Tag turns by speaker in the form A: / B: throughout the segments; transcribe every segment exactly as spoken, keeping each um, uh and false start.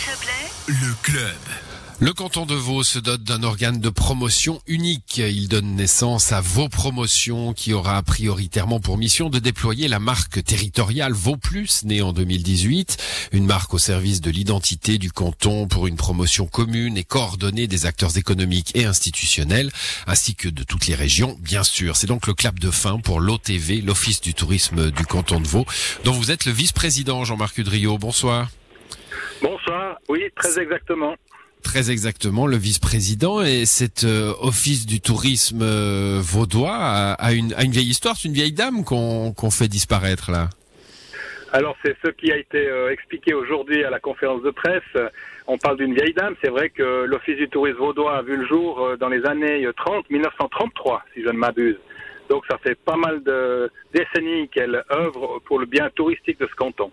A: te plaît ?
B: Le club. Le canton de Vaud se dote d'un organe de promotion unique. Il donne naissance à Vaud Promotion, qui aura prioritairement pour mission de déployer la marque territoriale Vaud Plus, née en deux mille dix-huit. Une marque au service de l'identité du canton pour une promotion commune et coordonnée des acteurs économiques et institutionnels, ainsi que de toutes les régions, bien sûr. C'est donc le clap de fin pour l'O T V, l'Office du tourisme du canton de Vaud, dont vous êtes le vice-président, Jean-Marc Udriot. Bonsoir.
C: Bonsoir, oui, très exactement.
B: Très exactement, le vice-président. Et cet euh, office du tourisme euh, vaudois a, a, une, a une vieille histoire. C'est une vieille dame qu'on qu'on fait disparaître là.
C: Alors c'est ce qui a été euh, expliqué aujourd'hui à la conférence de presse. On parle d'une vieille dame. C'est vrai que l'office du tourisme vaudois a vu le jour euh, dans les années trente, dix-neuf cent trente-trois, si je ne m'abuse. Donc ça fait pas mal de décennies qu'elle œuvre pour le bien touristique de ce canton.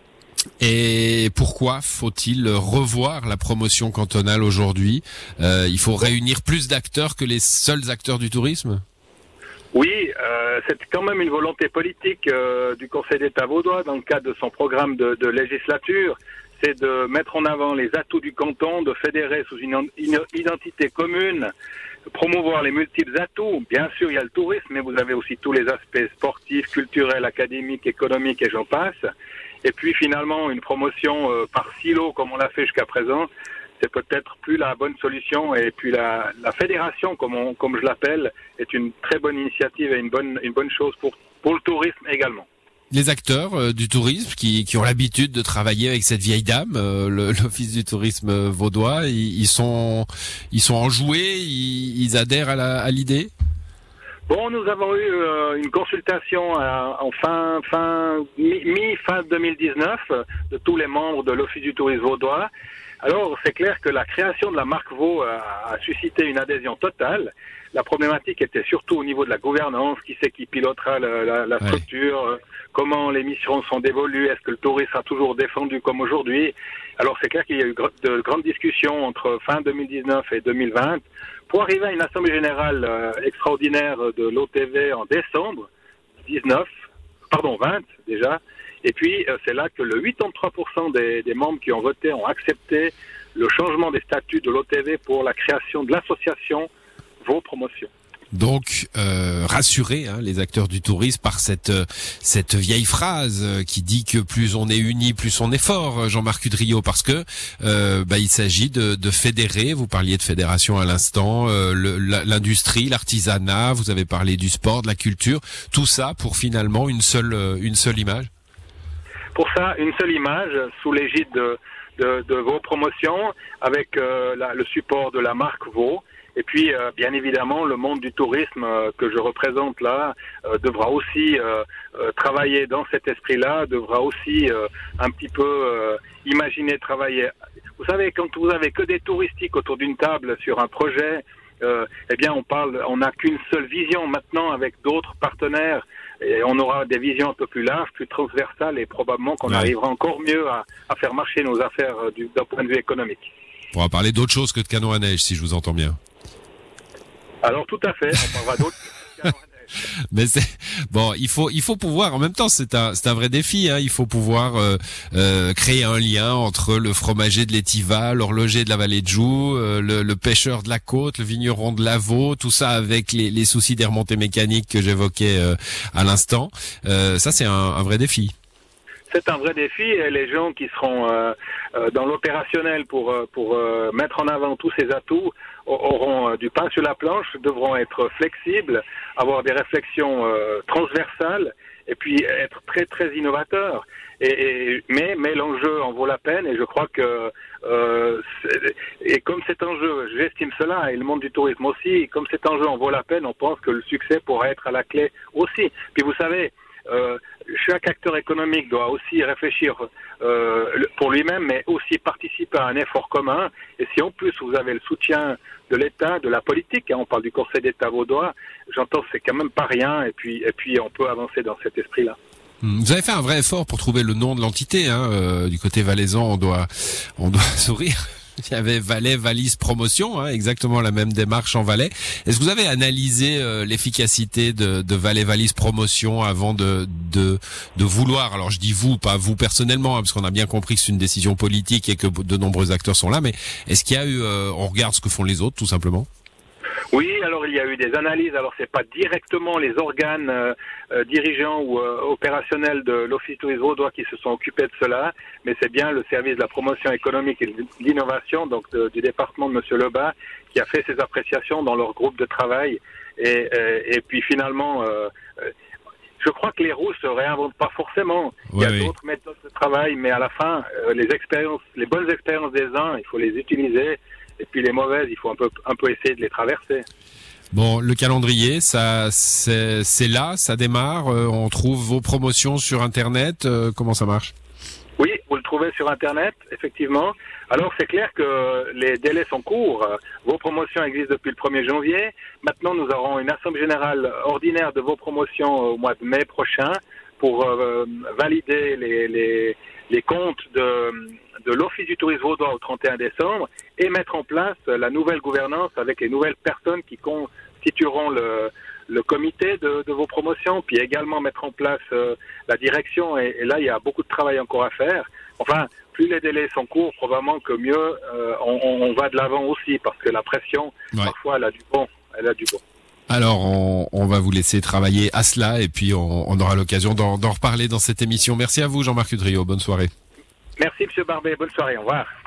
B: Et pourquoi faut-il revoir la promotion cantonale aujourd'hui ? euh, Il faut réunir plus d'acteurs que les seuls acteurs du tourisme ?
C: Oui, euh, c'est quand même une volonté politique euh, du Conseil d'État vaudois dans le cadre de son programme de, de législature. C'est de mettre en avant les atouts du canton, de fédérer sous une, une identité commune, promouvoir les multiples atouts. Bien sûr, il y a le tourisme, mais vous avez aussi tous les aspects sportifs, culturels, académiques, économiques et j'en passe. Et puis finalement, une promotion euh, par silo, comme on l'a fait jusqu'à présent, c'est peut-être plus la bonne solution. Et puis la, la fédération, comme, on, comme je l'appelle, est une très bonne initiative et une bonne, une bonne chose pour, pour le tourisme également.
B: Les acteurs euh, du tourisme qui, qui ont l'habitude de travailler avec cette vieille dame, euh, le, l'Office du tourisme vaudois, ils, ils sont, ils sont enjoués, ils, ils adhèrent à, la, à l'idée.
C: Bon, nous avons eu euh, une consultation à, en fin, fin, mi-fin deux mille dix-neuf de tous les membres de l'Office du tourisme vaudois. Alors, c'est clair que la création de la marque Vaud a, a suscité une adhésion totale. La problématique était surtout au niveau de la gouvernance, qui c'est qui pilotera la, la, la structure, ouais. Comment les missions sont dévolues, est-ce que le tourisme sera toujours défendu comme aujourd'hui. Alors, c'est clair qu'il y a eu de grandes discussions entre fin deux mille dix-neuf et deux mille vingt pour arriver à une assemblée générale euh, extraordinaire de l'O T V en décembre dix-neuf, pardon vingt déjà. Et puis euh, c'est là que le quatre-vingt-treize pour cent des, des membres qui ont voté ont accepté le changement des statuts de l'O T V pour la création de l'association Vaud Promotion.
B: Donc euh, rassurer hein, les acteurs du tourisme par cette euh, cette vieille phrase euh, qui dit que plus on est unis, plus on est fort, Jean-Marc Udriot, parce que euh, bah, il s'agit de, de fédérer. Vous parliez de fédération à l'instant, euh, le, l'industrie, l'artisanat. Vous avez parlé du sport, de la culture, tout ça pour finalement une seule euh, une seule image.
C: Pour ça, une seule image sous l'égide de de, de Vaud Promotion avec euh, la, le support de la marque Vaud. Et puis, euh, bien évidemment, le monde du tourisme euh, que je représente là euh, devra aussi euh, euh, travailler dans cet esprit-là, devra aussi euh, un petit peu euh, imaginer travailler. Vous savez, quand vous avez que des touristiques autour d'une table sur un projet, euh, eh bien, on parle, on n'a qu'une seule vision. Maintenant, avec d'autres partenaires, et on aura des visions un peu plus larges, plus transversales, et probablement qu'on ouais. arrivera encore mieux à, à faire marcher nos affaires euh, du, d'un point de vue économique.
B: On va parler d'autre chose que de canons à neige, si je vous entends bien.
C: Alors tout à fait, on parlera d'autres.
B: Mais c'est bon, il faut il faut pouvoir en même temps c'est un c'est un vrai défi hein, il faut pouvoir euh, euh, créer un lien entre le fromager de l'Étiva, l'horloger de la vallée de Joux, euh, le, le pêcheur de la côte, le vigneron de la Vaud, tout ça avec les, les soucis des remontées mécaniques que j'évoquais euh, à l'instant. Euh, ça c'est un, un vrai défi.
C: C'est un vrai défi et les gens qui seront euh, euh, dans l'opérationnel pour pour euh, mettre en avant tous ces atouts auront euh, du pain sur la planche, devront être flexibles, avoir des réflexions euh, transversales et puis être très très innovateurs. Et, et mais mais l'enjeu en vaut la peine et je crois que euh, et comme cet enjeu, j'estime cela et le monde du tourisme aussi, comme cet enjeu en vaut la peine, on pense que le succès pourra être à la clé aussi. Puis vous savez. Euh, chaque acteur économique doit aussi réfléchir euh, pour lui-même, mais aussi participer à un effort commun. Et si en plus vous avez le soutien de l'État, de la politique, hein, on parle du Conseil d'État vaudois, j'entends que c'est quand même pas rien. Et puis, et puis on peut avancer dans cet esprit-là.
B: Vous avez fait un vrai effort pour trouver le nom de l'entité, hein, euh, du côté valaisan, on doit, on doit sourire. Il y avait Valais, Valise, Promotion, hein, exactement la même démarche en Valais. Est-ce que vous avez analysé euh, l'efficacité de, de Valais, Valise, Promotion avant de, de de vouloir, alors je dis vous, pas vous personnellement, hein, parce qu'on a bien compris que c'est une décision politique et que de nombreux acteurs sont là, mais est-ce qu'il y a eu, euh, on regarde ce que font les autres tout simplement?
C: Oui, alors il y a eu des analyses. Alors c'est pas directement les organes euh, euh, dirigeants ou euh, opérationnels de l'Office du tourisme vaudois qui se sont occupés de cela, mais c'est bien le service de la promotion économique et de l'innovation, donc de, du département de Monsieur Lebas, qui a fait ses appréciations dans leur groupe de travail. Et, et, et puis finalement, euh, je crois que les roues se réinventent pas forcément. Il y a oui, d'autres oui. méthodes de travail, mais à la fin, euh, les expériences, les bonnes expériences des uns, il faut les utiliser. Et puis les mauvaises, il faut un peu, un peu essayer de les traverser.
B: Bon, le calendrier, ça, c'est, c'est là, ça démarre. Euh, on trouve vos promotions sur Internet. Euh, comment ça marche?
C: Oui, vous le trouvez sur Internet, effectivement. Alors c'est clair que les délais sont courts. Vos promotions existent depuis le premier janvier. Maintenant, nous aurons une assemblée générale ordinaire de vos promotions au mois de mai prochain pour euh, valider les, les, les comptes de, de l'Office du tourisme vaudois au trente et un décembre et mettre en place la nouvelle gouvernance avec les nouvelles personnes qui constitueront le, le comité de, de vos promotions, puis également mettre en place euh, la direction. Et, et là, il y a beaucoup de travail encore à faire. Enfin, plus les délais sont courts, probablement que mieux euh, on, on va de l'avant aussi, parce que la pression, ouais. parfois, elle a du bon. Elle a du bon.
B: Alors, on, on va vous laisser travailler à cela et puis on, on aura l'occasion d'en, d'en reparler dans cette émission. Merci à vous, Jean-Marc Udriot. Bonne soirée.
C: Merci, Monsieur Barbet. Bonne soirée. Au revoir.